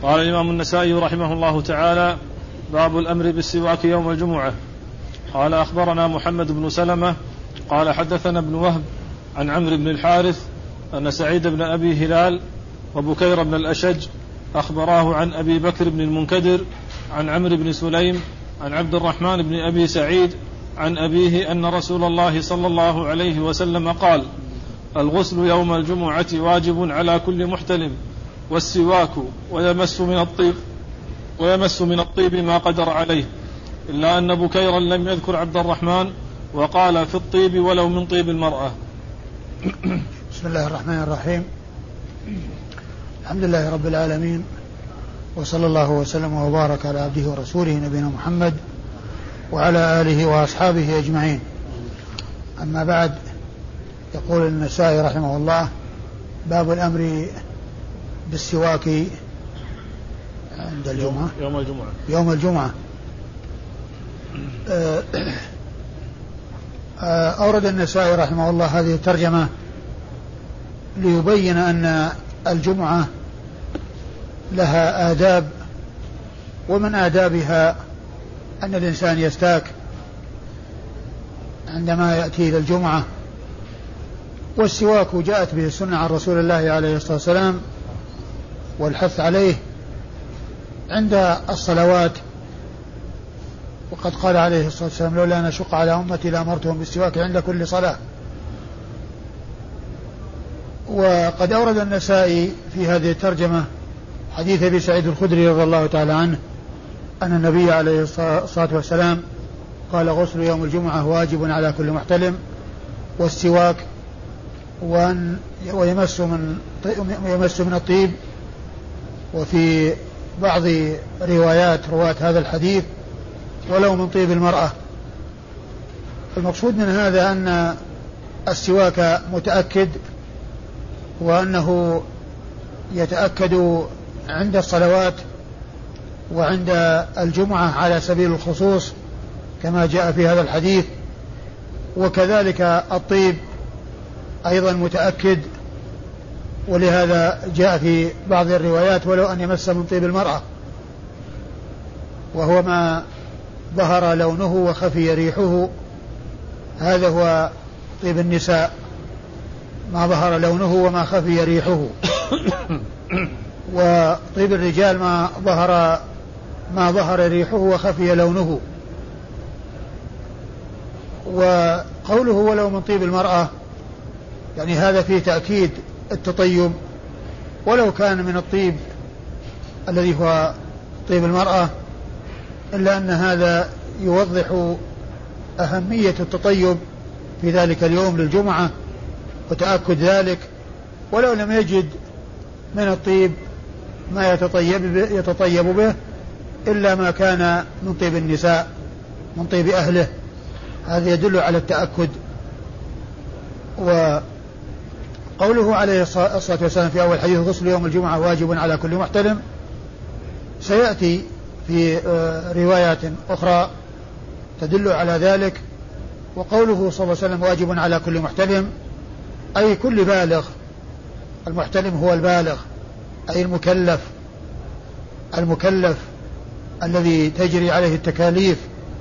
قال الإمام النسائي رحمه الله تعالى: باب الأمر بالسواك يوم الجمعة. قال: أخبرنا محمد بن سلمة قال حدثنا ابن وهب عن عمرو بن الحارث أن سعيد بن أبي هلال وبكير بن الأشج أخبراه عن أبي بكر بن المنكدر عن عمرو بن سليم عن عبد الرحمن بن أبي سعيد عن أبيه أن رسول الله صلى الله عليه وسلم قال: الغسل يوم الجمعة واجب على كل محتلم، والسواك ويمس من الطيب ما قدر عليه، إلا أن بكيرا لم يذكر عبد الرحمن وقال في الطيب ولو من طيب المرأة. بسم الله الرحمن الرحيم. الحمد لله رب العالمين، وصلى الله وسلم وبارك على عبده ورسوله نبينا محمد وعلى آله وأصحابه أجمعين. أما بعد، يقول النسائي رحمه الله: باب الأمر بالسواك عند الجمعة يوم الجمعة. أورد النسائي رحمه الله هذه الترجمة ليبين أن الجمعة لها آداب، ومن آدابها أن الإنسان يستاك عندما يأتي إلى الجمعة، والسواك جاءت به السنة عن رسول الله عليه الصلاة والسلام والحث عليه عند الصلوات، وقد قال عليه الصلاة والسلام: لولا أن أشق على أمتي لأمرتهم بالسواك عند كل صلاة. وقد أورد النسائي في هذه الترجمة حديث أبي سعيد الخدري رضي الله تعالى عنه أن النبي عليه الصلاة والسلام قال: غسل يوم الجمعة واجب على كل محتلم، والسواك ويمس من الطيب. وفي بعض رواة هذا الحديث ولو من طيب المرأة. المقصود من هذا أن السواك متأكد، وأنه يتأكد عند الصلوات وعند الجمعة على سبيل الخصوص كما جاء في هذا الحديث. وكذلك الطيب أيضا متأكد، ولهذا جاء في بعض الروايات: ولو أن يمس من طيب المرأة، وهو ما ظهر لونه وخفي ريحه. هذا هو طيب النساء، ما ظهر لونه وما خفي ريحه. وطيب الرجال ما ظهر ريحه وخفي لونه. وقوله ولو من طيب المرأة، يعني هذا فيه تأكيد التطيب، ولو كان من الطيب الذي هو طيب المرأة، إلا أن هذا يوضح أهمية التطيب في ذلك اليوم للجمعة وتأكد ذلك. ولو لم يجد من الطيب ما يتطيب به إلا ما كان من طيب النساء، من طيب أهله، هذا يدل على التأكد. وقوله عليه الصلاة والسلام في أول حديث: غسل يوم الجمعة واجب على كل محتلم، سيأتي في روايات أخرى تدل على ذلك. وقوله صلى الله عليه وسلم واجب على كل محتلم أي كل بالغ. المحتلم هو البالغ، أي المكلف الذي تجري عليه التكاليف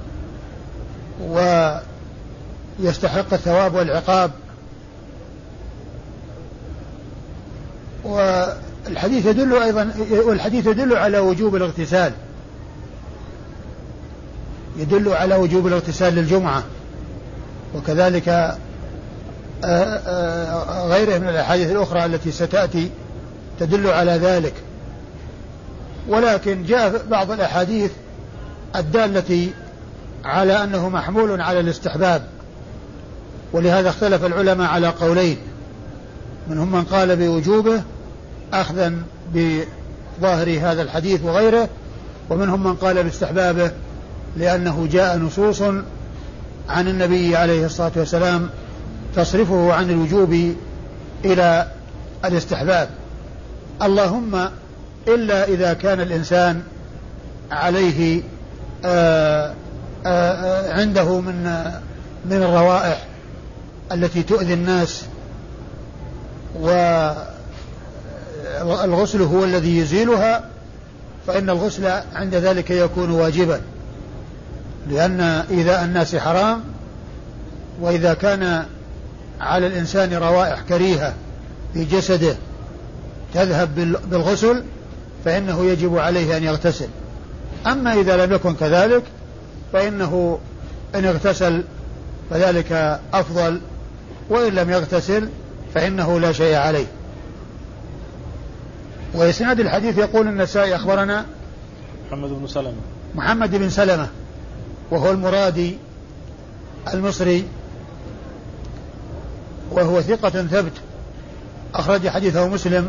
ويستحق الثواب والعقاب. والحديث يدل على وجوب الاغتسال، يدل على وجوب الاغتسال للجمعة، وكذلك غيره من الأحاديث الأخرى التي ستأتي تدل على ذلك. ولكن جاء بعض الأحاديث الدالة على أنه محمول على الاستحباب، ولهذا اختلف العلماء على قولين: منهم من قال بوجوبه أخذا بظاهر هذا الحديث وغيره، ومنهم من قال باستحبابه لأنه جاء نصوص عن النبي عليه الصلاة والسلام تصرفه عن الوجوب إلى الاستحباب. اللهم إلا إذا كان الإنسان عليه عنده من الروائح التي تؤذي الناس، والغسل هو الذي يزيلها، فإن الغسل عند ذلك يكون واجبا، لأن إيذاء الناس حرام، وإذا كان على الإنسان روائح كريهة في جسده تذهب بالغسل فإنه يجب عليه أن يغتسل. أما إذا لم يكن كذلك فإنه إن اغتسل فذلك أفضل، وإن لم يغتسل فإنه لا شيء عليه. وإسناد الحديث يقول النسائي أخبرنا محمد بن سلمة وهو المرادي المصري، وهو ثقة ثبت، أخرج حديثه مسلم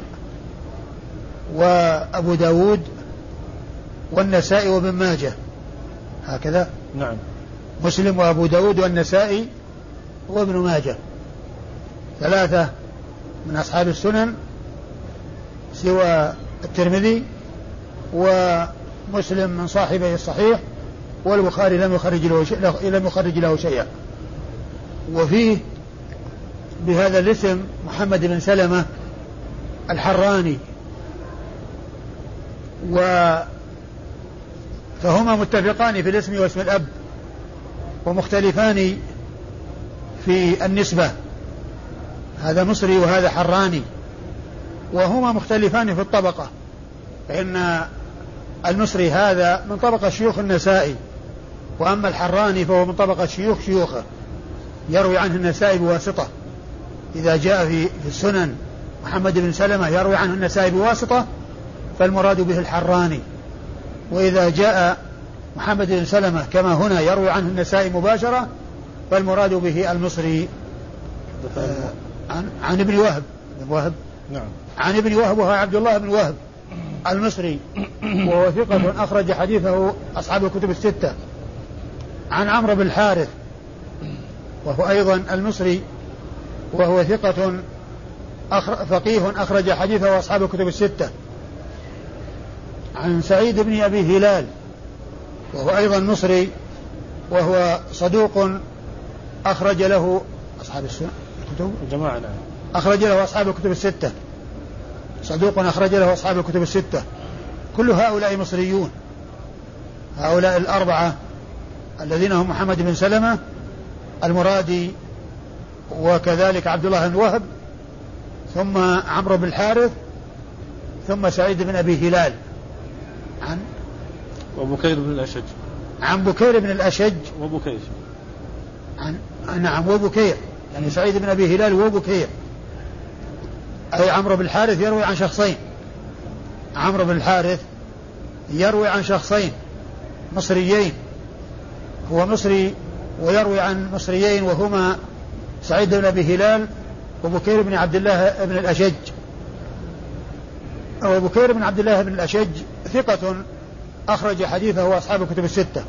وأبو داود والنسائي وابن ماجه، هكذا. نعم. مسلم وأبو داود والنسائي وابن ماجه، ثلاثة من أصحاب السنن سوى الترمذي، ومسلم من صاحبه الصحيح، والبخاري لم يخرج له شيئا. وفيه بهذا الاسم محمد بن سلمة الحراني، فهما متفقان في الاسم واسم الأب، ومختلفان في النسبة، هذا مصري وهذا حراني، وهما مختلفان في الطبقة، فإن المصري هذا من طبقة شيوخ النسائي، وأما الحراني فهو من طبقة شيوخه، يروي عنه النسائي بواسطة. إذا جاء في السنن محمد بن سلمة يروي عنه النسائي بواسطة فالمراد به الحراني، وإذا جاء محمد بن سلمة كما هنا يروي عنه النسائي مباشرة فالمراد به المصري. عن ابن وهب نعم. عن ابن وهب وهو عبد الله بن وهب المصري، وهو ثقة أخرج حديثه أصحاب الكتب الستة. عن عمرو بن الحارث وهو أيضا المصري، وهو ثقة فقيه أخرج حديثه أصحاب الكتب الستة. عن سعيد بن أبي هلال وهو أيضا مصري، وهو صدوق أخرج له أصحاب الكتب الجماعة، أخرج له أصحاب الكتب الستة، صدوق أخرج له أصحاب الكتب الستة. كل هؤلاء مصريون، هؤلاء الأربعة الذين هم محمد بن سلمة المرادي، وكذلك عبد الله بن وهب، ثم عمرو بن الحارث، ثم سعيد بن أبي هلال. عن وبكير بن الأشج. عن بكير بن الأشج وبكير. نعم وبكير، يعني سعيد بن أبي هلال وبكير، أي عمرو بن الحارث يروي عن شخصين. عمرو بن الحارث يروي عن شخصين مصريين، هو مصري ويروي عن مصريين وهما سعيد بن أبي هلال وبكير بن عبد الله بن الأشج. وبكير بن عبد الله بن الأشج ثقة أخرج حديثه أصحاب الكتب الستة.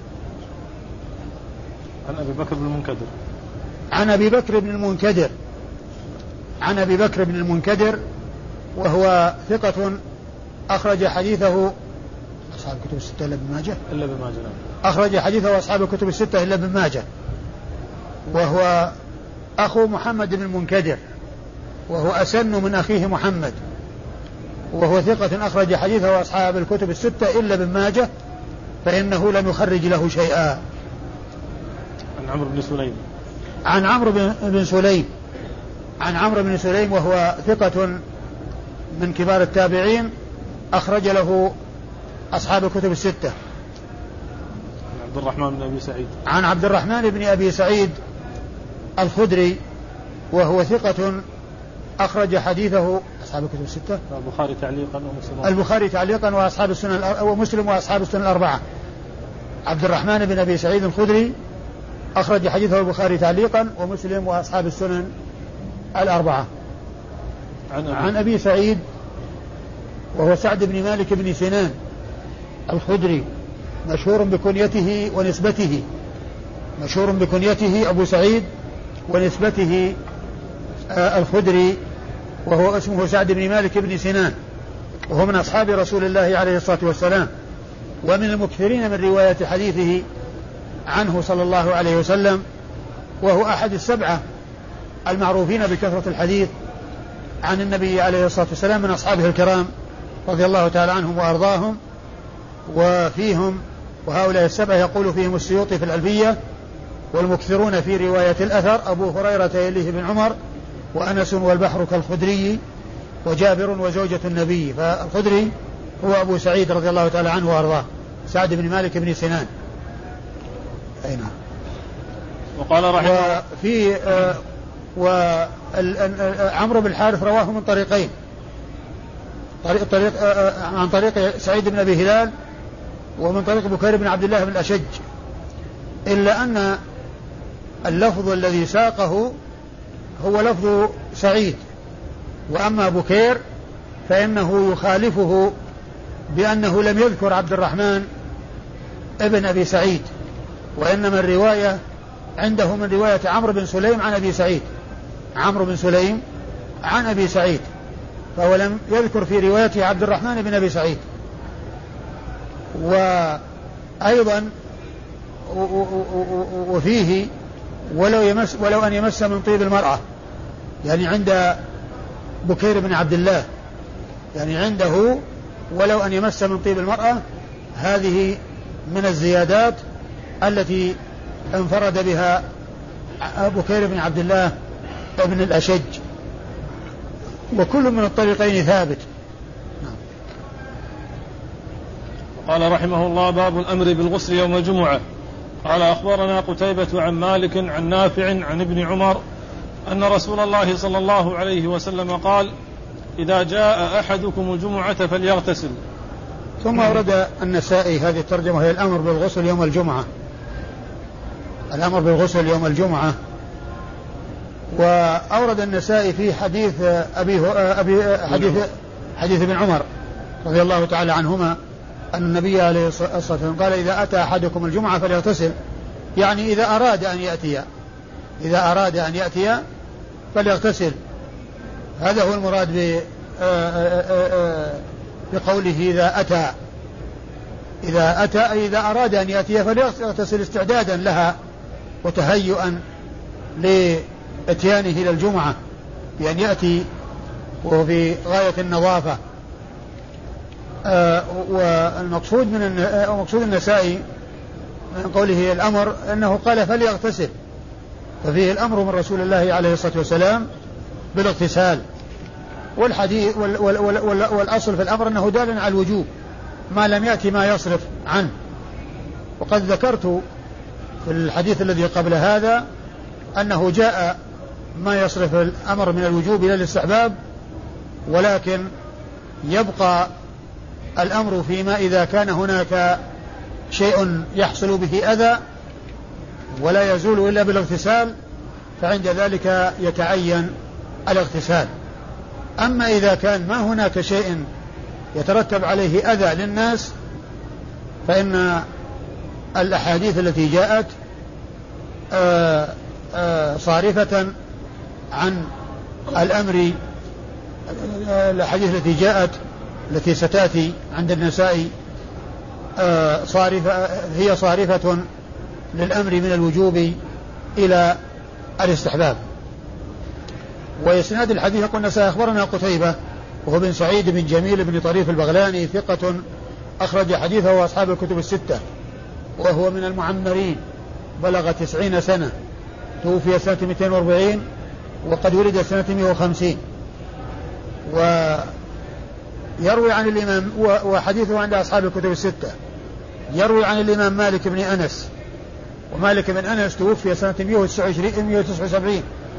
عن أبي بكر بن المنكدر. عن أبي بكر بن المنكدر. عن أبي بكر بن المنكدر وهو ثقة أخرج حديثه أصحاب الكتب الستة إلا ابن ماجه. أخرج حديثه أصحاب الكتب الستة إلا ابن ماجه، وهو أخو محمد بن المنكدر، وهو أسن من أخيه محمد، وهو ثقة أخرج حديثه أصحاب الكتب الستة إلا ابن ماجه، فإنه لم يخرج له شيئا. عن عمرو بن سليم. عن عمرو بن سليم. عن عمرو بن سليم وهو ثقة من كبار التابعين، أخرج له أصحاب الكتب الستة. عن عبد الرحمن بن أبي سعيد. عن عبد الرحمن بن أبي سعيد الخدري وهو ثقة أخرج حديثه أصحاب الكتب الستة. البخاري تعليقا ومسلم. البخاري تعليقا وأصحاب السنن ومسلم وأصحاب السنن الأربعة. عبد الرحمن بن أبي سعيد الخدري أخرج حديثه البخاري تعليقا ومسلم وأصحاب السنن الأربعة. عن أبي سعيد وهو سعد بن مالك بن سنان الخدري، مشهور بكنيته ونسبته، مشهور بكنيته أبو سعيد ونسبته الخدري، وهو اسمه سعد بن مالك بن سنان، وهو من أصحاب رسول الله عليه الصلاة والسلام، ومن المكثرين من رواية حديثه عنه صلى الله عليه وسلم، وهو أحد السبعة المعروفين بكثرة الحديث عن النبي عليه الصلاة والسلام من أصحابه الكرام رضي الله تعالى عنهم وأرضاهم، وفيهم وهؤلاء السبعة يقول فيهم السيوطي في الألفية: والمكثرون في رواية الأثر أبو هريرة يليه بن عمر وأنس والبحر كالخدري وجابر وزوجة النبي. فالخدري هو أبو سعيد رضي الله تعالى عنه وأرضاه، سعد بن مالك بن سنان. أي نعم. وقال رحمه الله وفي عمرو بن الحارث رواه من طريقين، عن طريق سعيد بن أبي هلال ومن طريق بكير بن عبد الله بن الأشج، إلا أن اللفظ الذي ساقه هو لفظ سعيد، وأما بكير فإنه يخالفه بأنه لم يذكر عبد الرحمن ابن أبي سعيد، وإنما الرواية عنده من رواية عمرو بن سليم عن أبي سعيد، عمرو بن سليم عن أبي سعيد، فهو لم يذكر في روايته عبد الرحمن بن أبي سعيد. وأيضا وفيه ولو أن يمس من طيب المرأة، يعني عند بكير بن عبد الله، يعني عنده ولو أن يمس من طيب المرأة، هذه من الزيادات التي انفرد بها بكير بن عبد الله ابن الأشج، وكل من الطريقين ثابت. قال رحمه الله: باب الأمر بالغسل يوم الجمعة. قال: أخبرنا قتيبة عن مالك عن نافع عن ابن عمر أن رسول الله صلى الله عليه وسلم قال: إذا جاء أحدكم الجمعة فليغتسل. ثم أورد النسائي هذه الترجمة، هي الأمر بالغسل يوم الجمعة، الأمر بالغسل يوم الجمعة. وأورد النسائي في حديث حديث ابن عمر رضي الله تعالى عنهما أن النبي عليه الصلاة والسلام قال: إذا أتى أحدكم الجمعة فليغتسل، يعني إذا أراد أن يأتي فليغتسل. هذا هو المراد بقوله إذا أتى أي إذا أراد أن يأتي فليغتسل استعدادا لها وتهيئا لإتيانه إلى الجمعة، بأن يأتي وفي غاية النظافة. والمقصود مقصود النسائي من قوله الأمر أنه قال فليغتسل، ففيه الأمر من رسول الله عليه الصلاة والسلام بالاغتسال. والحديث والأصل في الأمر أنه دال على الوجوب ما لم يأتي ما يصرف عنه. وقد ذكرت في الحديث الذي قبل هذا أنه جاء ما يصرف الأمر من الوجوب إلى الاستحباب، ولكن يبقى الأمر فيما إذا كان هناك شيء يحصل به أذى ولا يزول إلا بالاغتسال، فعند ذلك يتعين الاغتسال. أما إذا كان ما هناك شيء يترتب عليه أذى للناس، فإن الأحاديث التي جاءت صارفة عن الأمر، الأحاديث التي جاءت التي ستأتي عند النسائي هي صارفة للأمر من الوجوب إلى الاستحباب. وإسناد الحديث قلنا أخبرنا قتيبة وهو بن سعيد بن جميل بن طريف البغلاني، ثقة أخرج حديثه وأصحاب الكتب الستة، وهو من المعمرين، بلغ 90 سنة، توفي سنة 240 وقد ولد سنة 150. ويروي عن الإمام، وحديثه عند أصحاب الكتب الستة، يروي عن الإمام مالك بن أنس، ومالك بن أنس توفي سنة 179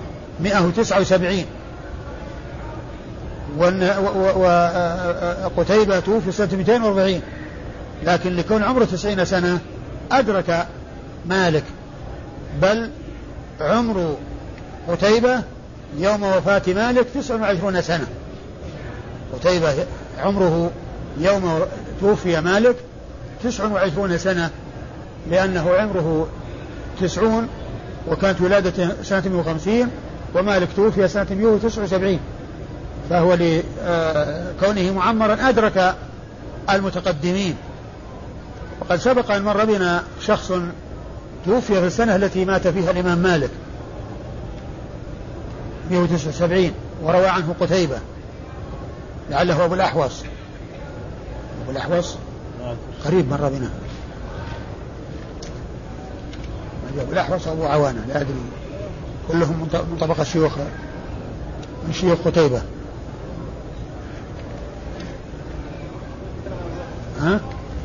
وقتيبة توفي سنة 240، لكن لكون عمره 90 سنة أدرك مالك، بل عمر قتيبة يوم وفاة مالك 29 سنة. قتيبة عمره يوم توفي مالك 29 سنة، لأنه عمره 90 وكانت ولادة سنة 150، ومالك توفي سنة 179، فهو لكونه معمرا أدرك المتقدمين. وقد سبق أن مر بنا شخص توفي في السنة التي مات فيها الإمام مالك 179 وروى عنه قتيبة، لعله أبو الأحوص قريب مر بنا. أبو الأحوص أبو عوانة لا أدري، كلهم من طبقة شيوخ من شيوخ قتيبة. ها؟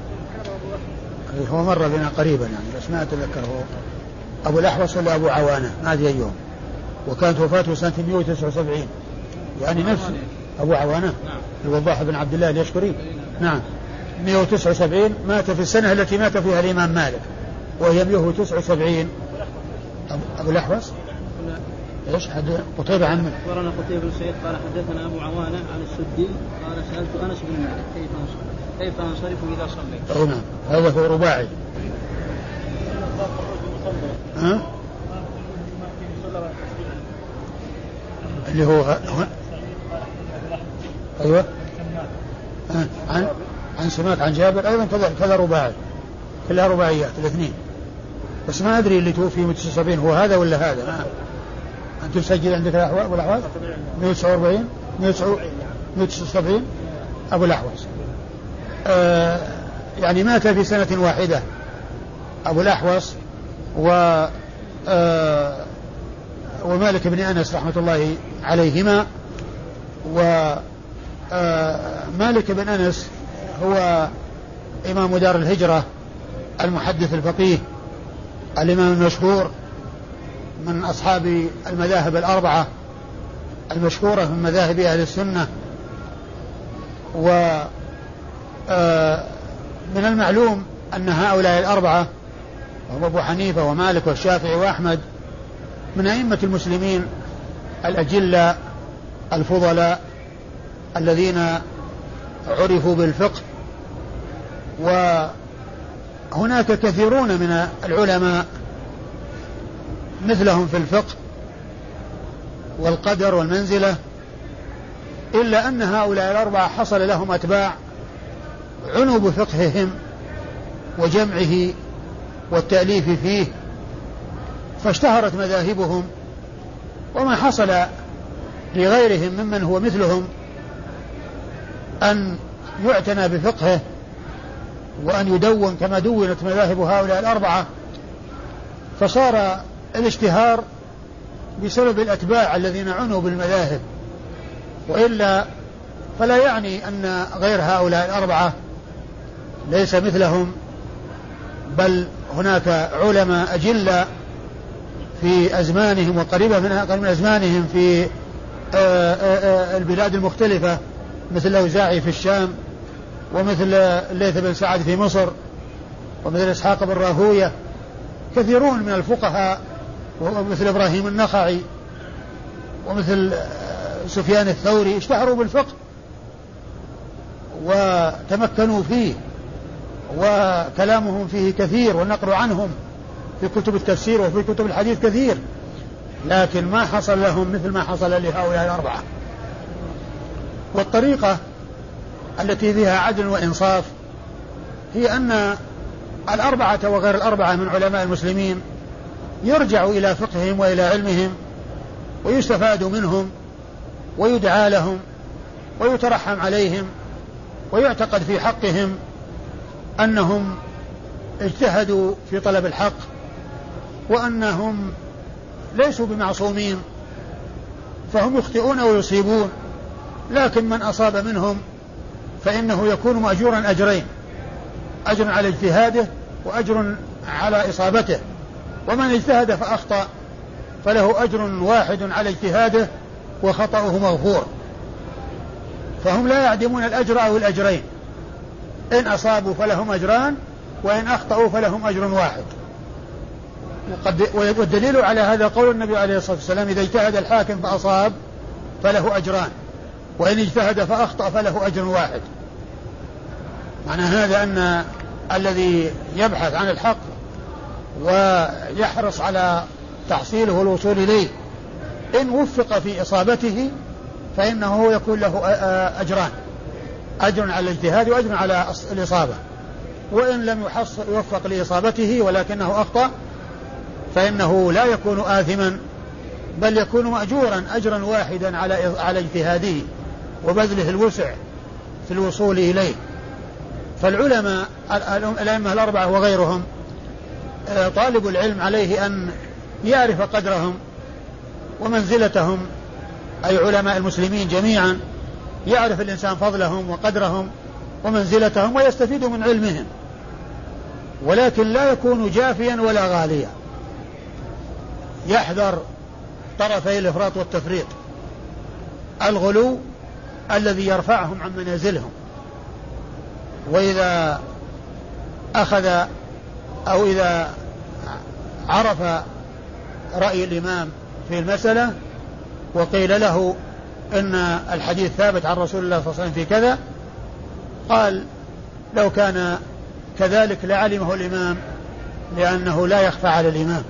هو مر بنا قريبا يعني، بس ما أتذكر هو أبو الأحوص ولا أبو عوانة، ما أدري أيهم. وكانت وفاته سنة 179 يعني نفس أبو عوانة الوضاح بن عبد الله اليشكري. نعم 179 مات في السنة التي مات فيها الإمام مالك وهي 179. أبو الأحوص إيش حد قتيبة عن من؟ أخبرنا قتيبة بن سعيد قال حدثنا أبو عوانة عن السدي قال سألت أنس بن مالك كيف أنصرف إذا صليت؟ نعم هذا هو رباعي. ها؟ اللي هو أيوة عن سماك عن جابر أيضا كذا رباعي، كلها رباعيات الاثنين. بس ما أدري اللي توفي 179 هو هذا ولا هذا. أنت تسجل عندك أبو الأحوص 149 179 أبو الأحوص. يعني مات في سنة واحدة أبو الأحوص ومالك بن أنس رحمة الله عليهما. ومالك بن أنس هو إمام دار الهجرة المحدث الفقيه الإمام المشهور من أصحاب المذاهب الأربعة المشهورة من مذاهب أهل السنة. ومن المعلوم أن هؤلاء الأربعة وهم أبو حنيفة ومالك والشافعي وأحمد من أئمة المسلمين الأجلة الفضلاء الذين عرفوا بالفقه. وهناك كثيرون من العلماء مثلهم في الفقه والقدر والمنزلة، إلا أن هؤلاء الأربعة حصل لهم أتباع عنوا بفقههم وجمعه والتأليف فيه فاشتهرت مذاهبهم. وما حصل لغيرهم ممن هو مثلهم أن يعتنى بفقهه وأن يدون كما دونت مذاهب هؤلاء الأربعة، فصار الاشتهار بسبب الأتباع الذين عنوا بالمذاهب، وإلا فلا يعني أن غير هؤلاء الأربعة ليس مثلهم، بل هناك علماء أجلة في أزمانهم وقريبة من أزمانهم في البلاد المختلفة، مثل الأوزاعي في الشام، ومثل الليث بن سعد في مصر، ومثل إسحاق بن راهوية، كثيرون من الفقهاء، ومثل إبراهيم النخعي، ومثل سفيان الثوري اشتهروا بالفقه وتمكنوا فيه، وكلامهم فيه كثير والنقل عنهم في كتب التفسير وفي كتب الحديث كثير، لكن ما حصل لهم مثل ما حصل لهؤلاء الأربعة. والطريقة التي فيها عدل وإنصاف هي أن الأربعة وغير الأربعة من علماء المسلمين يرجع إلى فقههم وإلى علمهم ويستفاد منهم ويدعى لهم ويترحم عليهم ويعتقد في حقهم أنهم اجتهدوا في طلب الحق وأنهم ليسوا بمعصومين، فهم يخطئون ويصيبون، لكن من أصاب منهم فإنه يكون مأجورا أجرين، أجر على اجتهاده وأجر على إصابته، ومن اجتهد فأخطأ فله أجر واحد على اجتهاده وخطأه مغفور. فهم لا يعدمون الأجر أو الأجرين، إن أصابوا فلهم أجران وإن أخطأوا فلهم أجر واحد. والدليل على هذا قول النبي عليه الصلاة والسلام: إذا اجتهد الحاكم فأصاب فله أجران، وإن اجتهد فأخطأ فله أجر واحد. معنى هذا أن الذي يبحث عن الحق ويحرص على تحصيله والوصول إليه إن وفق في إصابته فإنه يكون له أجران، أجر على الاجتهاد وأجر على الإصابة. وإن لم يوفق لإصابته ولكنه أخطأ فإنه لا يكون آثما، بل يكون مأجورا أجرا واحدا على اجتهاده وبذله الوسع في الوصول إليه. فالعلماء الأئمة الأربعة وغيرهم طالب العلم عليه أن يعرف قدرهم ومنزلتهم، أي علماء المسلمين جميعا، يعرف الإنسان فضلهم وقدرهم ومنزلتهم ويستفيد من علمهم، ولكن لا يكون جافيا ولا غاليا، يحذر طرفي الإفراط والتفريط، الغلو الذي يرفعهم عن منازلهم، وإذا أخذ أو إذا عرف رأي الإمام في المسألة وقيل له إن الحديث ثابت عن رسول الله صلى الله عليه وسلم في كذا، قال لو كان كذلك لعلمه الإمام، لأنه لا يخفى على الإمام.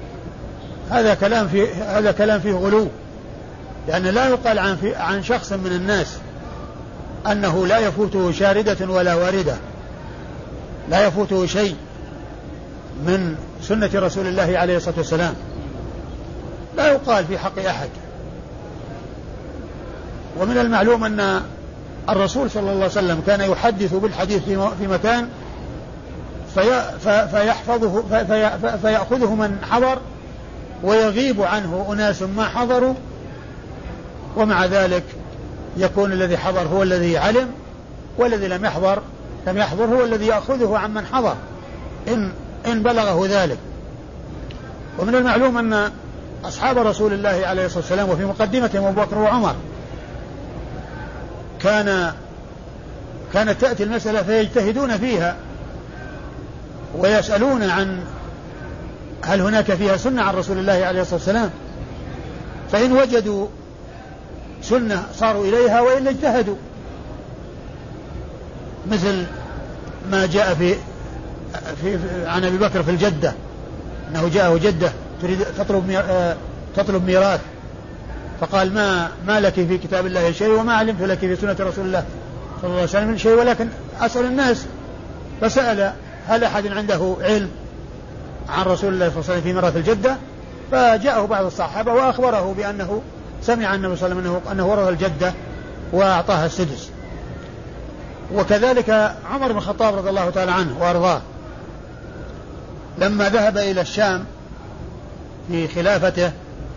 هذا كلام فيه غلو، لأن لا يقال عن شخص من الناس أنه لا يفوته شاردة ولا واردة، لا يفوته شيء من سنة رسول الله عليه الصلاة والسلام، لا يقال في حق أحد. ومن المعلوم أن الرسول صلى الله عليه وسلم كان يحدث بالحديث في مكان فيحفظه فيأخذه من حضر ويغيب عنه أناس ما حضروا، ومع ذلك يكون الذي حضر هو الذي علم، والذي لم يحضر هو الذي يأخذه عن من حضر إن بلغه ذلك. ومن المعلوم أن أصحاب رسول الله عليه الصلاة والسلام وفي مقدمتهم أبو بكر وعمر كانت تأتي المسألة فيجتهدون فيها ويسألون عن هل هناك فيها سنة عن رسول الله عليه الصلاة والسلام، فإن وجدوا سنة صاروا إليها وإلا اجتهدوا، مثل ما جاء عن أبي بكر في الجدة أنه جاءه جدة تريد تطلب ميراث، فقال ما لك في كتاب الله شيء وما علمت لك في سنة رسول الله صلى الله عليه وسلم شيء، ولكن أسأل الناس. فسأل هل أحد عنده علم عن رسول الله صلى الله عليه وسلم في ميراث الجدة، فجاءه بعض الصحابة وأخبره بأنه سمع النبي صلى الله عليه وسلم أنه ورث الجدة وأعطاها السدس. وكذلك عمر بن الخطاب رضي الله تعالى عنه وأرضاه لما ذهب إلى الشام في خلافته،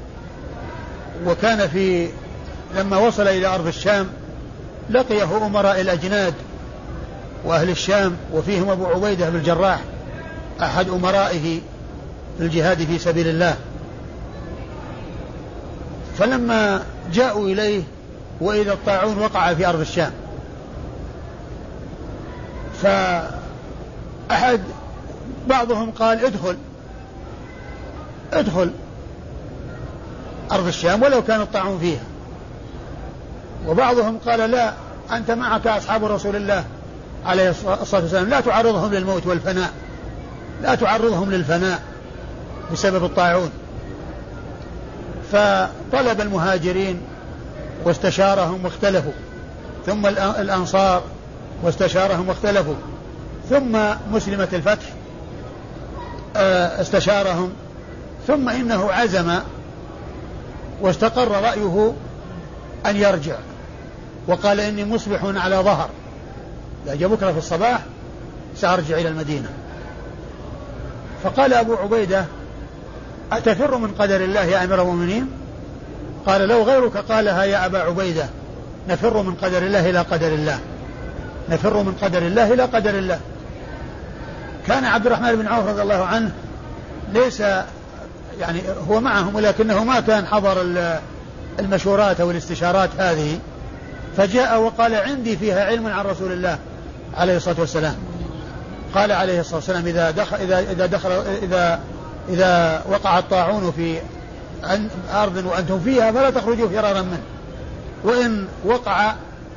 وكان لما وصل إلى أرض الشام لقيه أمراء الأجناد وأهل الشام، وفيهم أبو عبيدة بن الجراح أحد أمرائه في الجهاد في سبيل الله. فلما جاءوا إليه وإذا الطاعون وقع في أرض الشام، بعضهم قال ادخل أرض الشام ولو كان الطاعون فيها، وبعضهم قال لا، أنت معك أصحاب رسول الله عليه الصلاة والسلام، لا تعرضهم للموت والفناء، لا تعرضهم للفناء بسبب الطاعون. فطلب المهاجرين واستشارهم واختلفوا، ثم الأنصار واستشارهم واختلفوا، ثم مسلمة الفتح استشارهم، ثم إنه عزم واستقر رأيه أن يرجع، وقال إني مصبح على ظهر، لا جاء بكرة في الصباح سأرجع إلى المدينة. فقال أبو عبيدة أتفر من قدر الله يا أمير المؤمنين؟ قال لو غيرك قالها يا أبا عبيدة، نفر من قدر الله إلى قدر الله، نفر من قدر الله إلى قدر الله. كان عبد الرحمن بن عوف رضي الله عنه ليس يعني هو معهم، ولكنه ما كان حضر المشورات أو الاستشارات هذه، فجاء وقال عندي فيها علم عن رسول الله عليه الصلاة والسلام. قال عليه الصلاة والسلام إذا وقع الطاعون في أرض وأنتم فيها فلا تخرجوا فرارا منه، وإن وقع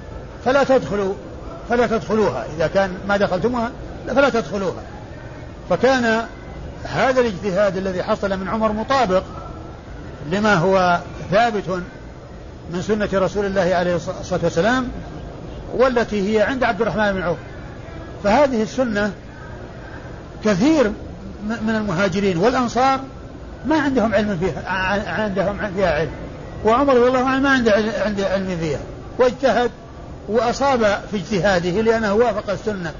فلا تدخلوها، إذا كان ما دخلتموها فلا تدخلوها. فكان هذا الاجتهاد الذي حصل من عمر مطابق لما هو ثابت من سنة رسول الله عليه الصلاة والسلام، والتي هي عند عبد الرحمن بن عوف. فهذه السنة كثير من المهاجرين والأنصار ما عندهم علم فيها، عندهم فيها علم، وعمر رضي الله عنه ما عنده علم فيها، واجتهد وأصاب في اجتهاده لأنه وافق السنة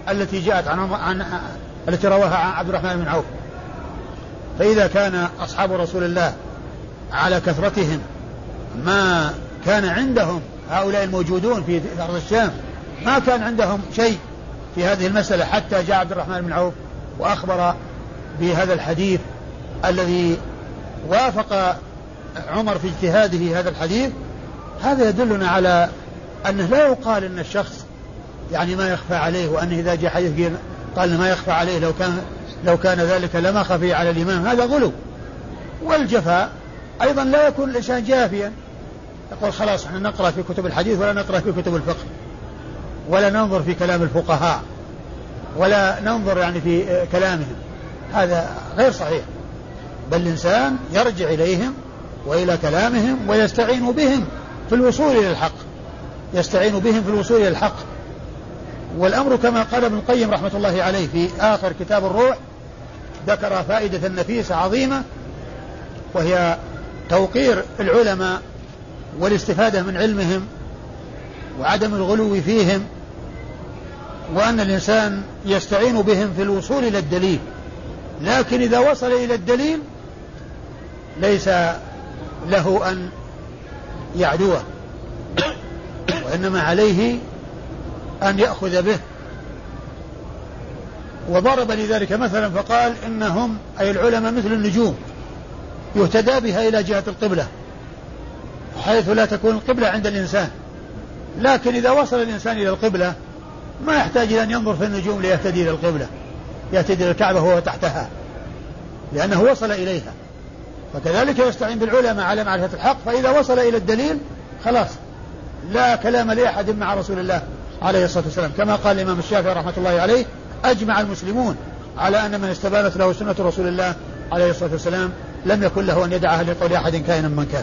التي جاءت التي رواها عن عبد الرحمن بن عوف. فإذا كان أصحاب رسول الله على كثرتهم ما كان عندهم هؤلاء الموجودون في أرض الشام ما كان عندهم شيء في هذه المسألة حتى جاء عبد الرحمن بن عوف وأخبر بهذا الحديث الذي وافق عمر في اجتهاده هذا الحديث. هذا يدلنا على أنه لا يقال أن الشخص يعني ما يخفى عليه، وأنه إذا جاء حديث قال ما يخفى عليه لو كان ذلك لما خفي على الإمام، هذا غلو. والجفاء أيضا لا يكون الإنسان جافيا يقول خلاص احنا نقرأ في كتب الحديث ولا نقرأ في كتب الفقه ولا ننظر في كلام الفقهاء ولا ننظر يعني في كلامهم، هذا غير صحيح. بل الإنسان يرجع إليهم وإلى كلامهم ويستعين بهم في الوصول إلى الحق، يستعين بهم في الوصول إلى الحق. والأمر كما قال ابن القيم رحمة الله عليه في آخر كتاب الروح، ذكر فائدة نفيسة عظيمة وهي توقير العلماء والاستفادة من علمهم وعدم الغلو فيهم، وأن الإنسان يستعين بهم في الوصول إلى الدليل، لكن إذا وصل إلى الدليل ليس له أن يعدوه، وإنما عليه أن يأخذ به. وضرب لذلك مثلا فقال إنهم أي العلماء مثل النجوم يهتدى بها إلى جهة القبلة، حيث لا تكون القبلة عند الإنسان، لكن إذا وصل الإنسان إلى القبلة ما يحتاج إلى أن ينظر في النجوم ليهتدي إلى القبلة، يهتدي إلى الكعبة وهو تحتها لأنه وصل إليها. فكذلك يستعين بالعلماء على معرفة الحق، فإذا وصل إلى الدليل خلاص لا كلام لأحد مع رسول الله عليه الصلاة والسلام، كما قال الإمام الشافعي رحمة الله عليه: أجمع المسلمون على أن من استبانت له سنة رسول الله عليه الصلاة والسلام لم يكن له أن يدعها لقول أحد كائنا من كان.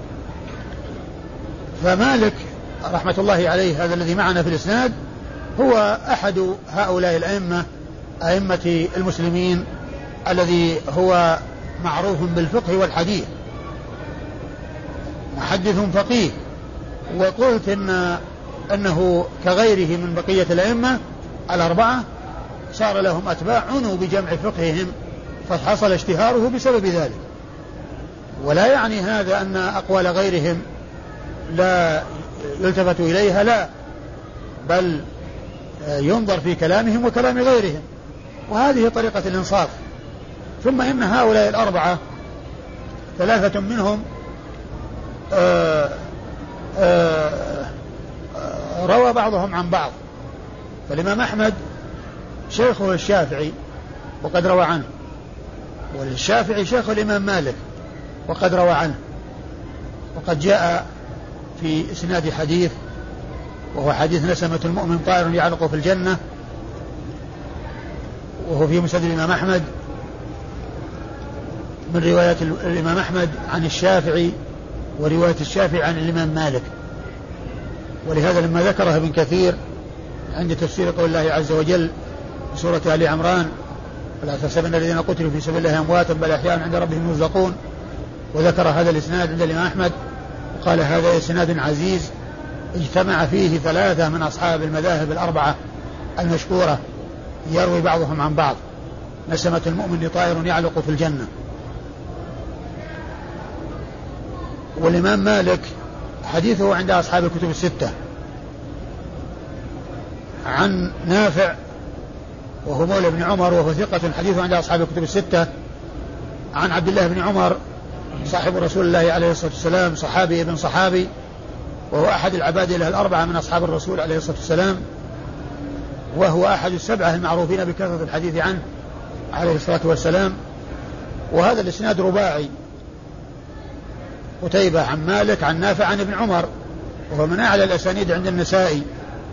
فمالك رحمة الله عليه هذا الذي معنا في الإسناد هو أحد هؤلاء الأئمة، أئمة المسلمين، الذي هو معروف بالفقه والحديث، محدث فقيه. وقلت أنه كغيره من بقية الأئمة الأربعة صار لهم أتباع عنوا بجمع فقههم فحصل اشتهاره بسبب ذلك. ولا يعني هذا أن أقوال غيرهم لا يلتفت إليها، لا، بل ينظر في كلامهم وكلام غيرهم، وهذه طريقة الإنصاف. ثم إن هؤلاء الأربعة ثلاثة منهم روى بعضهم عن بعض. فالإمام أحمد شيخه الشافعي وقد روى عنه، والشافعي شيخ الإمام مالك وقد روى عنه، وقد جاء في إسناد حديث وهو حديث نسمة المؤمن طائر يعلق في الجنة، وهو في مسند الإمام أحمد من رواية الإمام أحمد عن الشافعي ورواية الشافعي عن الإمام مالك. ولهذا لما ذكرها ابن كثير عند تفسير قول الله عز وجل في سورة آل عمران: ولا تحسبن الذين قتلوا في سبيل الله أمواتا بل أحياء عند ربهم يرزقون، وذكر هذا الإسناد عند الإمام أحمد وقال هذا إسناد عزيز اجتمع فيه ثلاثة من أصحاب المذاهب الأربعة المشهورة يروي بعضهم عن بعض. نسمة المؤمن طائر يعلق في الجنة. والإمام مالك حديثه عند أصحاب الكتب الستة عن نافع وهو مولى بن عمر وهو ثقة، حديثه عند أصحاب الكتب الستة عن عبد الله بن عمر صاحب رسول الله عليه الصلاة والسلام، صحابي ابن صحابي، وهو أحد العبادلة الأربعة من أصحاب الرسول عليه الصلاة والسلام، وهو أحد السبعة المعروفين بكثرة الحديث عنه عليه الصلاة والسلام. وهذا الإسناد رباعي: قتيبة عن مالك عن نافع عن ابن عمر، وهو من أعلى الأسانيد عند النسائي.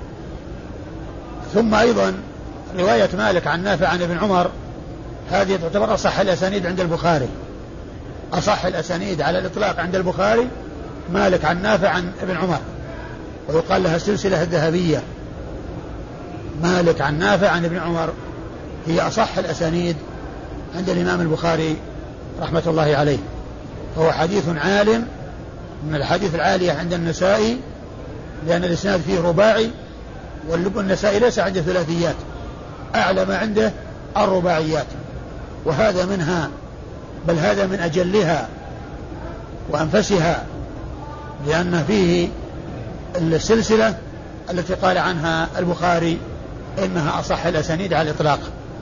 ثم أيضا رواية مالك عن نافع عن ابن عمر هذه تعتبر أصح الأسانيد عند البخاري، أصح الأسانيد على الإطلاق عند البخاري مالك عن نافع عن ابن عمر، ويقال لها السلسلة الذهبية. مالك عن نافع عن ابن عمر هي أصح الأسانيد عند الإمام البخاري رحمة الله عليه، فهو حديث عال من الحديث العالية عند النسائي، لأن الإسناد فيه رباعي، والنسائي ليس عند ثلاثيات، أعلى ما عنده الرباعيات، وهذا منها، بل هذا من أجلها وأنفسها، لأن فيه السلسلة التي قال عنها البخاري إنها أصح الأسانيد على الإطلاق.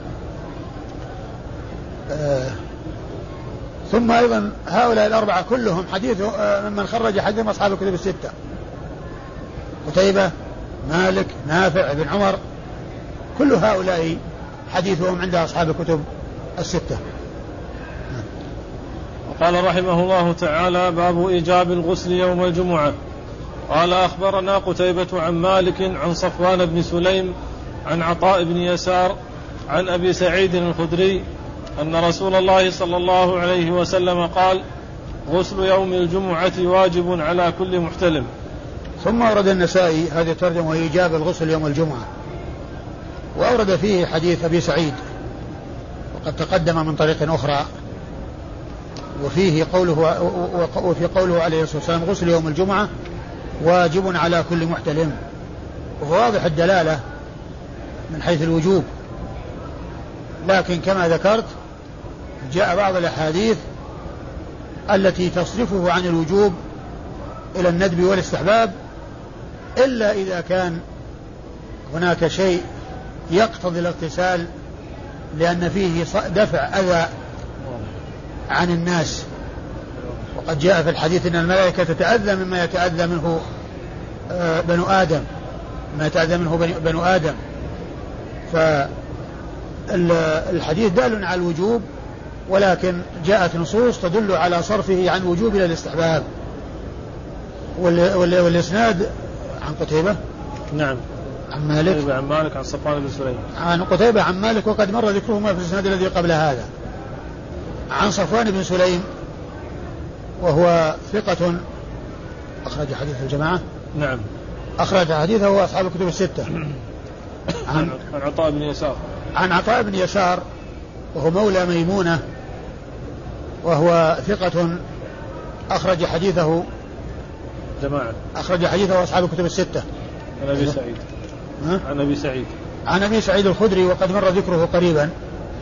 ثم أيضا هؤلاء الأربعة كلهم حديث ممن خرج حديث أصحاب الكتب الستة: قتيبة، مالك، نافع، ابن عمر، كل هؤلاء حديثهم عند أصحاب الكتب الستة. وقال رحمه الله تعالى: باب إيجاب الغسل يوم الجمعة. قال: أخبرنا قتيبة عن مالك عن صفوان بن سليم عن عطاء بن يسار عن أبي سعيد الخدري أن رسول الله صلى الله عليه وسلم قال: غسل يوم الجمعة واجب على كل محتلم. ثم أورد النسائي هذه الترجمة: وإيجاب الغسل يوم الجمعة، وأورد فيه حديث أبي سعيد وقد تقدم من طريق أخرى، وفي قوله عليه الصلاة والسلام: غسل يوم الجمعة واجب على كل محتلم، وهو واضح الدلالة من حيث الوجوب، لكن كما ذكرت جاء بعض الأحاديث التي تصرفه عن الوجوب إلى الندب والاستحباب، إلا إذا كان هناك شيء يقتضي الاغتسال لأن فيه دفع أذى عن الناس. وقد جاء في الحديث أن الملائكة تتأذى مما يتأذى منه بنو آدم، ما يتأذى منه بنو آدم. فالحديث دال على الوجوب، ولكن جاءت نصوص تدل على صرفه عن الوجوب إلى الاستحباب. والإسناد عن قتيبة، نعم، عن مالك، قتيبة عن مالك عن صفوان بن سليم، عن قتيبة عن مالك، وقد مر ذكرهما في الإسناد الذي قبل هذا. عن صفوان بن سليم وهو ثقة أخرج حديث الجماعة، نعم، أخرج حديثه أصحاب الكتب الستة. عن عطاء بن يسار، عن عطاء بن يسار وهو مولى ميمونة، وهو ثقة أخرج حديثه جماعة، أخرج حديثه أصحاب الكتب الستة. عن أبي سعيد، عن أبي سعيد، عن أبي سعيد الخدري، وقد مر ذكره قريبا.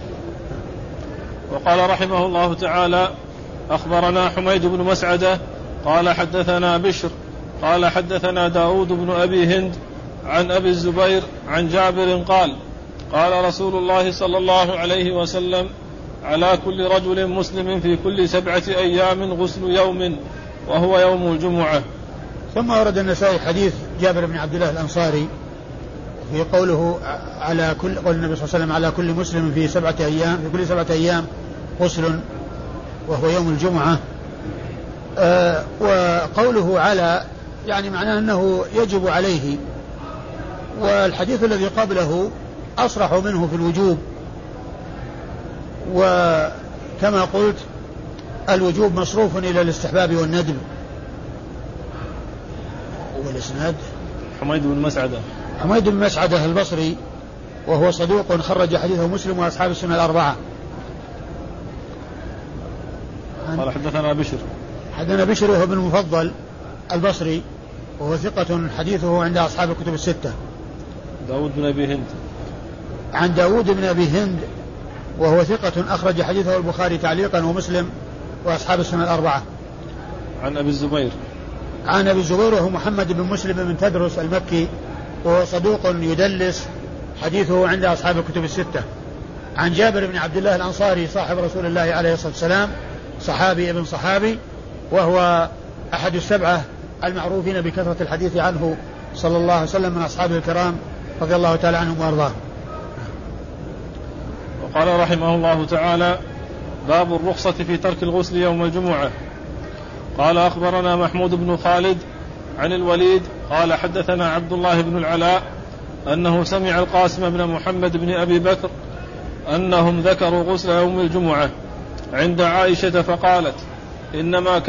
وقال رحمه الله تعالى: أخبرنا حميد بن مسعدة قال حدثنا بشر قال حدثنا داود بن أبي هند عن أبي الزبير عن جابر قال: قال رسول الله صلى الله عليه وسلم: على كل رجل مسلم في كل 7 أيام غسل يوم وهو يوم الجمعة. ثم ورد النسائي حديث جابر بن عبد الله الأنصاري في قوله على كل، قول النبي صلى الله عليه وسلم: على كل مسلم في 7 أيام، في كل 7 أيام غسل وهو يوم الجمعة. وقوله على يعني معناه أنه يجب عليه، والحديث الذي قبله أصرح منه في الوجوب، وكما قلت الوجوب مصروف إلى الاستحباب والندب. والإسناد حميد بن مسعدة، حميد بن مسعدة البصري، وهو صدوق خرج حديثه مسلم وأصحاب السنة الأربعة. قال حدثنا بشر، حدثنا بشر وهو ابن المفضل البصري، وهو ثقة حديثه عند أصحاب الكتب الستة. داود بن أبي هند، عن داود بن أبي هند وهو ثقة أخرج حديثه البخاري تعليقا ومسلم وأصحاب السنة الأربعة. عن أبي الزبير، عن أبي الزبير وهو محمد بن مسلم بن تدرس المكي، وهو صدوق يدلس حديثه عند أصحاب الكتب الستة. عن جابر بن عبد الله الأنصاري صاحب رسول الله عليه الصلاة والسلام، صحابي ابن صحابي، وهو أحد 7 المعروفين بكثرة الحديث عنه صلى الله عليه وسلم من أصحابه الكرام رضي الله تعالى عنهم وأرضاهم. وقال رحمه الله تعالى: باب الرخصة في ترك الغسل يوم الجمعة. قال: أخبرنا محمود بن خالد عن الوليد قال حدثنا عبد الله بن العلاء أنه سمع القاسم بن محمد بن أبي بكر أنهم ذكروا غسل يوم الجمعة عند عائشة فقالت: إنما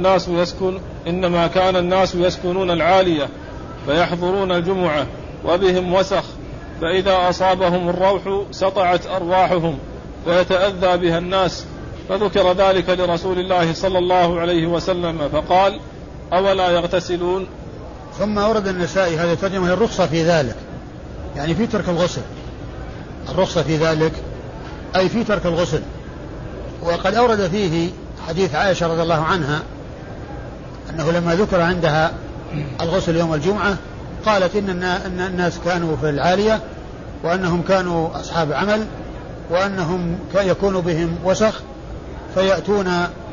كان الناس يسكنون العالية فيحضرون الجمعة وبهم وسخ، فإذا أصابهم الروح سطعت أرواحهم فيتأذى بها الناس، فذكر ذلك لرسول الله صلى الله عليه وسلم فقال: أولا يغتسلون؟ ثم أورد النسائي هذه الترجمة الرخصة في ذلك، يعني في ترك الغسل، الرخصة في ذلك أي في ترك الغسل. وقد أورد فيه حديث عائشة رضي الله عنها أنه لما ذكر عندها الغسل يوم الجمعة قالت إن الناس كانوا في العالية وأنهم كانوا أصحاب عمل وأنهم يكون بهم وسخ فيأتون،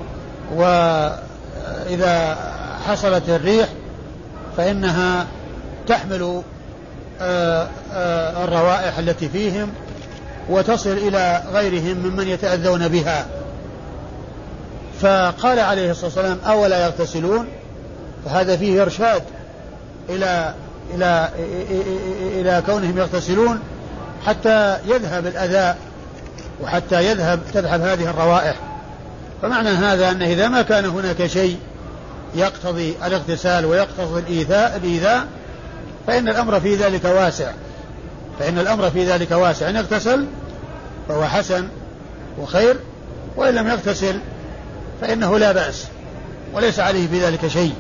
وإذا حصلت الريح فإنها تحمل الروائح التي فيهم وتصل إلى غيرهم ممن يتأذون بها. فقال عليه الصلاة والسلام أولا يغتسلون؟ فهذا فيه إرشاد إلى كونهم يغتسلون حتى يذهب الأذى وحتى تذهب هذه الروائح. فمعنى هذا أن إذا ما كان هناك شيء يقتضي الاغتسال ويقتضي الإيذاء فإن الأمر في ذلك واسع، إن اغتسل فهو حسن وخير، وإن لم يغتسل فإنه لا بأس وليس عليه في ذلك شيء.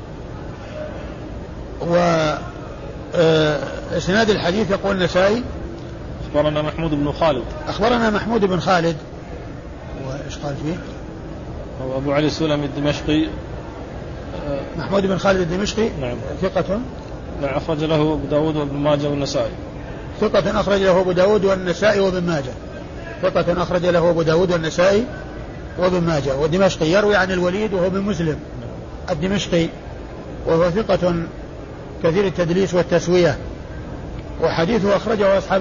وإسناد الحديث يقول النسائي أخبرنا محمود بن خالد وإيش قال فيه؟ أبو علي السلمي الدمشقي. محمود بن خالد الدمشقي نعم ثقة. نعم أخرج له أبو داود وابن ماجه والنسائي. ثقة أخرج له أبو داود والنسائي وابن ماجه. ثقة أخرج له أبو داود والنسائي وابن ماجه. والدمشقي يروي عن الوليد وهو بن مسلم الدمشقي وهو ثقة كثير التدليس والتسوية، وحديثه أخرجه أصحاب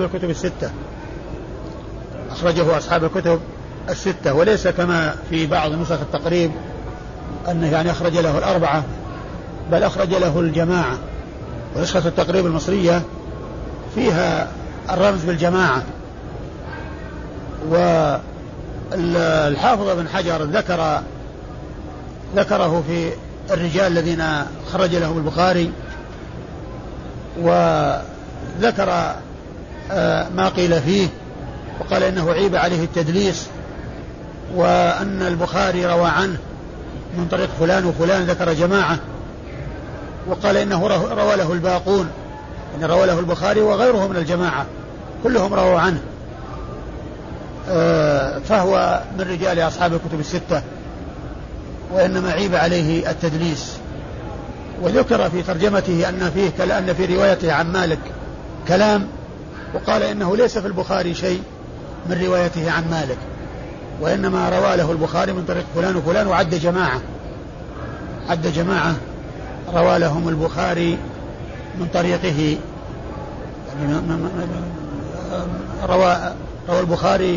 الكتب الستة، وليس كما في بعض نسخ التقريب أنه يعني أخرج له الأربعة، بل أخرج له الجماعة. ونسخة التقريب المصرية فيها الرمز بالجماعة. والحافظ بن حجر ذكره في الرجال الذين خرج لهم البخاري، وذكر ما قيل فيه، وقال إنه عيب عليه التدليس، وأن البخاري روى عنه من طريق فلان وفلان، ذكر جماعة، وقال إنه روى له الباقون، إن روى له البخاري وغيره من الجماعة كلهم رووا عنه، فهو من رجال أصحاب الكتب الستة، وإنما عيب عليه التدليس. وذكر في ترجمته أن في روايته عن مالك كلام، وقال إنه ليس في البخاري شيء من روايته عن مالك، وإنما روى له البخاري من طريق فلان وفلان، وعد جماعة روى لهم البخاري من طريقه، يعني روى البخاري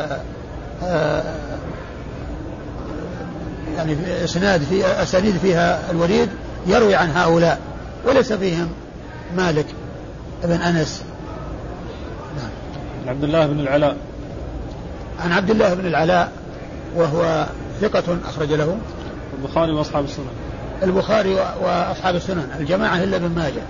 يعني في أسانيد فيها الوليد يروي عن هؤلاء وليس فيهم مالك ابن أنس. عن عبد الله بن العلاء وهو ثقة أخرج له البخاري وأصحاب السنن الجماعة إلا ابن ماجه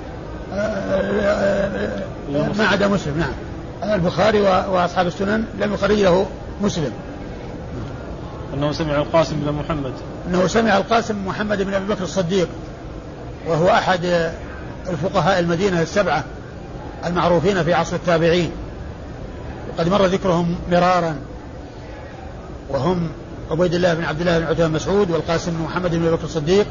ما عدا مسلم. نعم البخاري وأصحاب السنن لم يخرج له مسلم. أنه سمع القاسم بن محمد بن أبي بكر الصديق، وهو أحد الفقهاء المدينة السبعة المعروفين في عصر التابعين، وقد مر ذكرهم مرارا، وهم عبيد الله بن عبد الله بن عتبة بن مسعود، والقاسم بن محمد بن أبي بكر الصديق،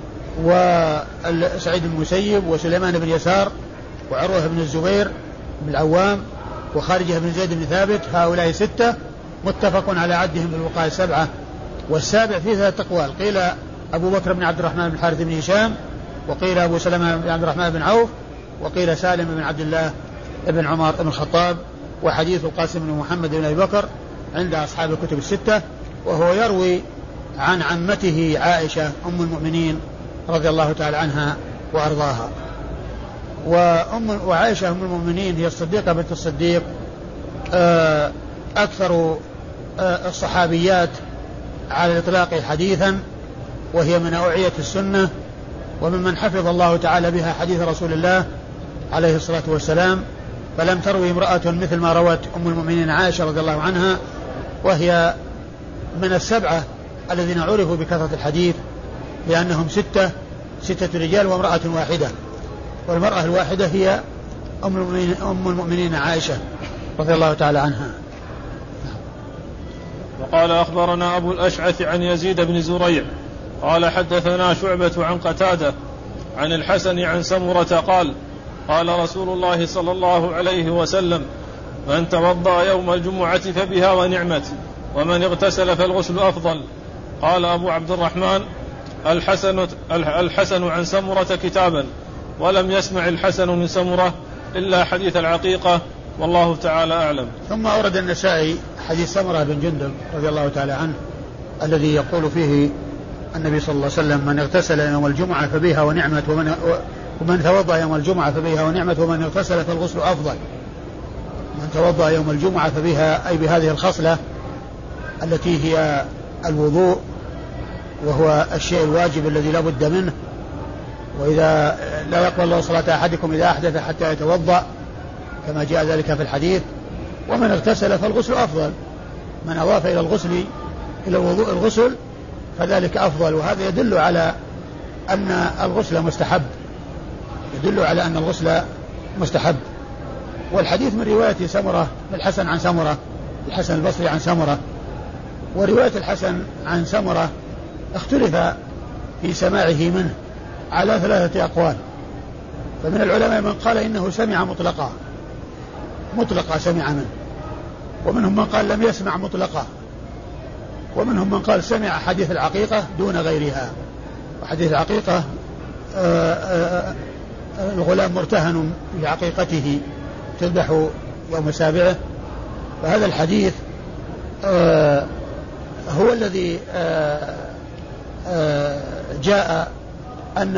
وسعيد بن المسيب، وسليمان بن يسار، وعروة بن الزبير بن العوام، وخارجة بن زيد بن ثابت. هؤلاء ستة متفق على عدهم بالوقاية السبعة. والسابع فيه ثلاثة أقوال، قيل أبو بكر بن عبد الرحمن بن الحارث بن هشام، وقيل أبو سلمة بن عبد الرحمن بن عوف، وقيل سالم بن عبد الله بن عمر بن الخطاب. وحديث القاسم بن محمد بن أبي بكر عند أصحاب الكتب الستة، وهو يروي عن عمته عائشة أم المؤمنين رضي الله تعالى عنها وأرضاها. وعائشة أم المؤمنين هي الصديقة بنت الصديق، أكثر الصحابيات على الإطلاق حديثا، وهي من أوعية السنة، وممن حفظ الله تعالى بها حديث رسول الله عليه الصلاة والسلام. فلم تروي امرأة مثل ما روت أم المؤمنين عائشة رضي الله عنها، وهي من السبعة الذين عرفوا بكثرة الحديث، لأنهم ستة رجال وامرأة واحدة، والمرأة الواحدة هي أم المؤمنين عائشة رضي الله تعالى عنها. وقال أخبرنا أبو الأشعث عن يزيد بن زريع قال حدثنا شعبة عن قتادة عن الحسن عن سمرة قال قال رسول الله صلى الله عليه وسلم من توضأ يوم الجمعة فبها ونعمت ومن اغتسل فالغسل أفضل. قال أبو عبد الرحمن الحسن عن سمرة كتابا ولم يسمع الحسن من سمرة إلا حديث العقيقة والله تعالى أعلم. ثم أورد النسائي حديث سمرة بن جندب رضي الله تعالى عنه الذي يقول فيه النبي صلى الله عليه وسلم من اغتسل يوم الجمعة فبها ونعمت ومن توضأ يوم الجمعة فبها ونعمت ومن اغتسل فالغسل أفضل. من توضأ يوم الجمعة فبها أي بهذه الخصلة التي هي الوضوء وهو الشيء الواجب الذي لا بد منه، وإذا لا يقبل الله صلاة أحدكم إذا أحدث حتى يتوضأ كما جاء ذلك في الحديث. ومن اغتسل فالغسل أفضل، من أضاف إلى الغسل إلى الوضوء الغسل فذلك أفضل، وهذا يدل على أن الغسل مستحب، يدل على أن الغسل مستحب. والحديث من رواية سمرة الحسن عن سمرة الحسن البصري عن سمرة، ورواية الحسن عن سمرة اختلف في سماعه منه على 3 أقوال. فمن العلماء من قال إنه سمع مطلقا سمع منه، ومنهم من قال لم يسمع مطلقا، ومنهم من قال سمع حديث العقيقة دون غيرها. وحديث العقيقة الغلام مرتهن بعقيقته تذبح يوم 7، فهذا الحديث هو الذي جاء أن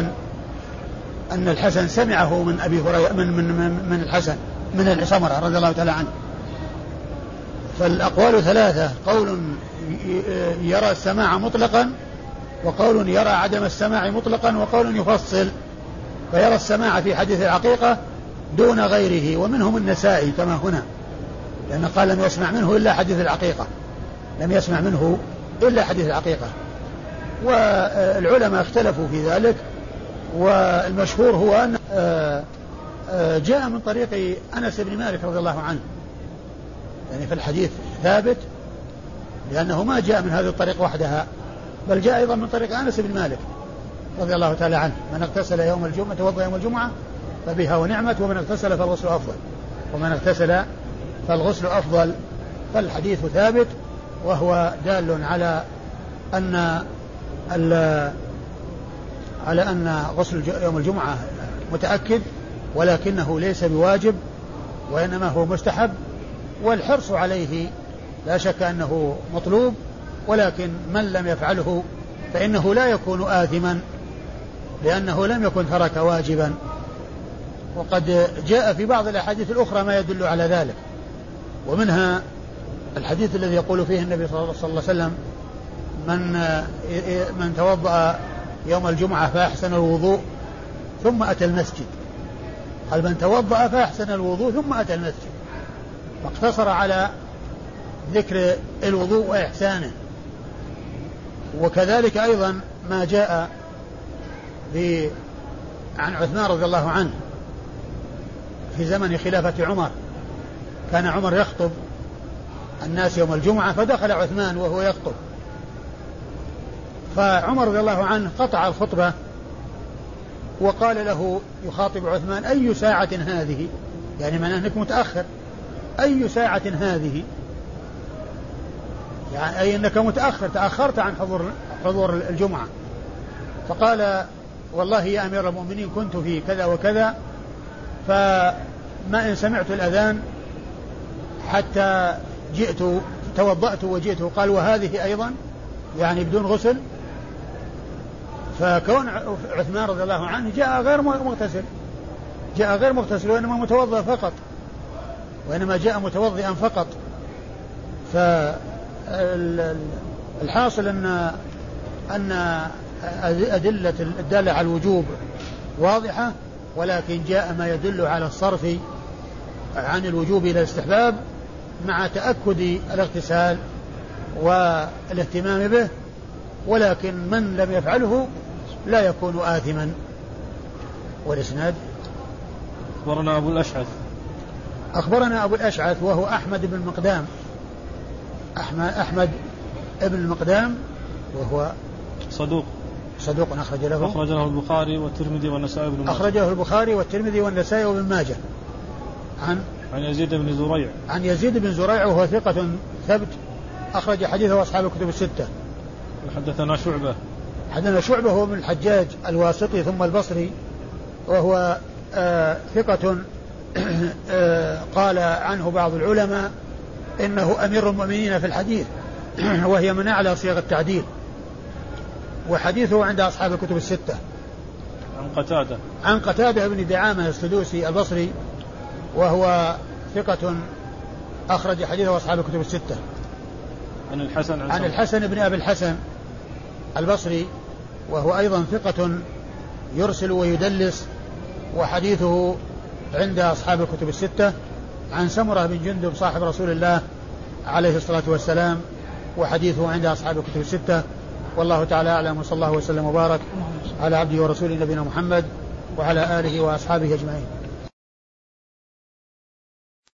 الحسن سمعه من أبي هريرة من الحسن من سمرة رضي الله تعالى عنه. فالأقوال 3، قول يرى السماع مطلقا، وقول يرى عدم السماع مطلقا، وقول يفصل فيرى السماع في حديث العقيقة دون غيره. ومنهم النسائي كما هنا، لأن قال لم يسمع منه إلا حديث العقيقة، لم يسمع منه إلا حديث العقيقة. والعلماء اختلفوا في ذلك، والمشهور هو أن جاء من طريق أنس بن مالك رضي الله عنه، يعني في الحديث ثابت لأنه ما جاء من هذه الطريق وحدها، بل جاء أيضا من طريق أنس بن مالك رضي الله تعالى عنه من اغتسل يوم الجمعة توضأ يوم الجمعة فبها ونعمت ومن اغتسل فالغسل أفضل، ومن اغتسل فالغسل أفضل. فالحديث ثابت، وهو دال على أن غسل يوم الجمعة متأكد، ولكنه ليس بواجب وإنما هو مستحب، والحرص عليه لا شك أنه مطلوب، ولكن من لم يفعله فإنه لا يكون آثما لأنه لم يكن ترك واجبا. وقد جاء في بعض الأحاديث الأخرى ما يدل على ذلك، ومنها الحديث الذي يقول فيه النبي صلى الله عليه وسلم من توضأ يوم الجمعة فأحسن الوضوء ثم أتى المسجد، قال من توضأ فأحسن الوضوء ثم أتى المسجد، فاقتصر على ذكر الوضوء وإحسانه. وكذلك أيضا ما جاء عن عثمان رضي الله عنه في زمن خلافة عمر، كان عمر يخطب الناس يوم الجمعة فدخل عثمان وهو يخطب، فعمر رضي الله عنه قطع الخطبة وقال له يخاطب عثمان أي ساعة هذه، يعني من أنك متأخر، أي ساعة هذه، يعني أي أنك متأخر، تأخرت عن حضور الجمعة. فقال والله يا أمير المؤمنين كنت في كذا وكذا، فما إن سمعت الأذان حتى جئت توضأت وجئت. قال وهذه أيضا يعني بدون غسل. فكون عثمان رضي الله عنه جاء غير مغتسل وإنما متوضأ فقط، وإنما جاء متوضئا فقط. فالحاصل أن أدلة الدالة على الوجوب واضحة، ولكن جاء ما يدل على الصرف عن الوجوب إلى الاستحباب مع تأكد الاغتسال والاهتمام به، ولكن من لم يفعله لا يكون آثما. والإسناد أخبرنا أبو الأشعث أخبرنا أبو الأشعث وهو أحمد بن المقدام، أحمد بن المقدام وهو صدوق أخرج له البخاري والترمذي والنسائي بن ماجه. أخرجه البخاري والترمذي والنسائي وابن ماجه. عن يزيد بن زريع وهو ثقة ثبت أخرج حديثه أصحاب الكتب الستة. حدثنا شعبة هو من الحجاج الواسطي ثم البصري، وهو ثقة قال عنه بعض العلماء إنه أمير المؤمنين في الحديث، وهي من أعلى صيغ التعديل، وحديثه عند أصحاب الكتب الستة. عن قتادة بن دعامة السدوسي البصري، وهو ثقة أخرج حديثه أصحاب الكتب الستة. عن الحسن بن أبي الحسن البصري، وهو أيضا ثقة يرسل ويدلس، وحديثه عند أصحاب الكتب الستة. عن سمرة بن جندب صاحب رسول الله عليه الصلاة والسلام، وحديثه عند أصحاب الكتب الستة. والله تعالى أعلم، وصلى الله وسلم وبارك على عبده ورسوله نبينا محمد وعلى آله وأصحابه أجمعين.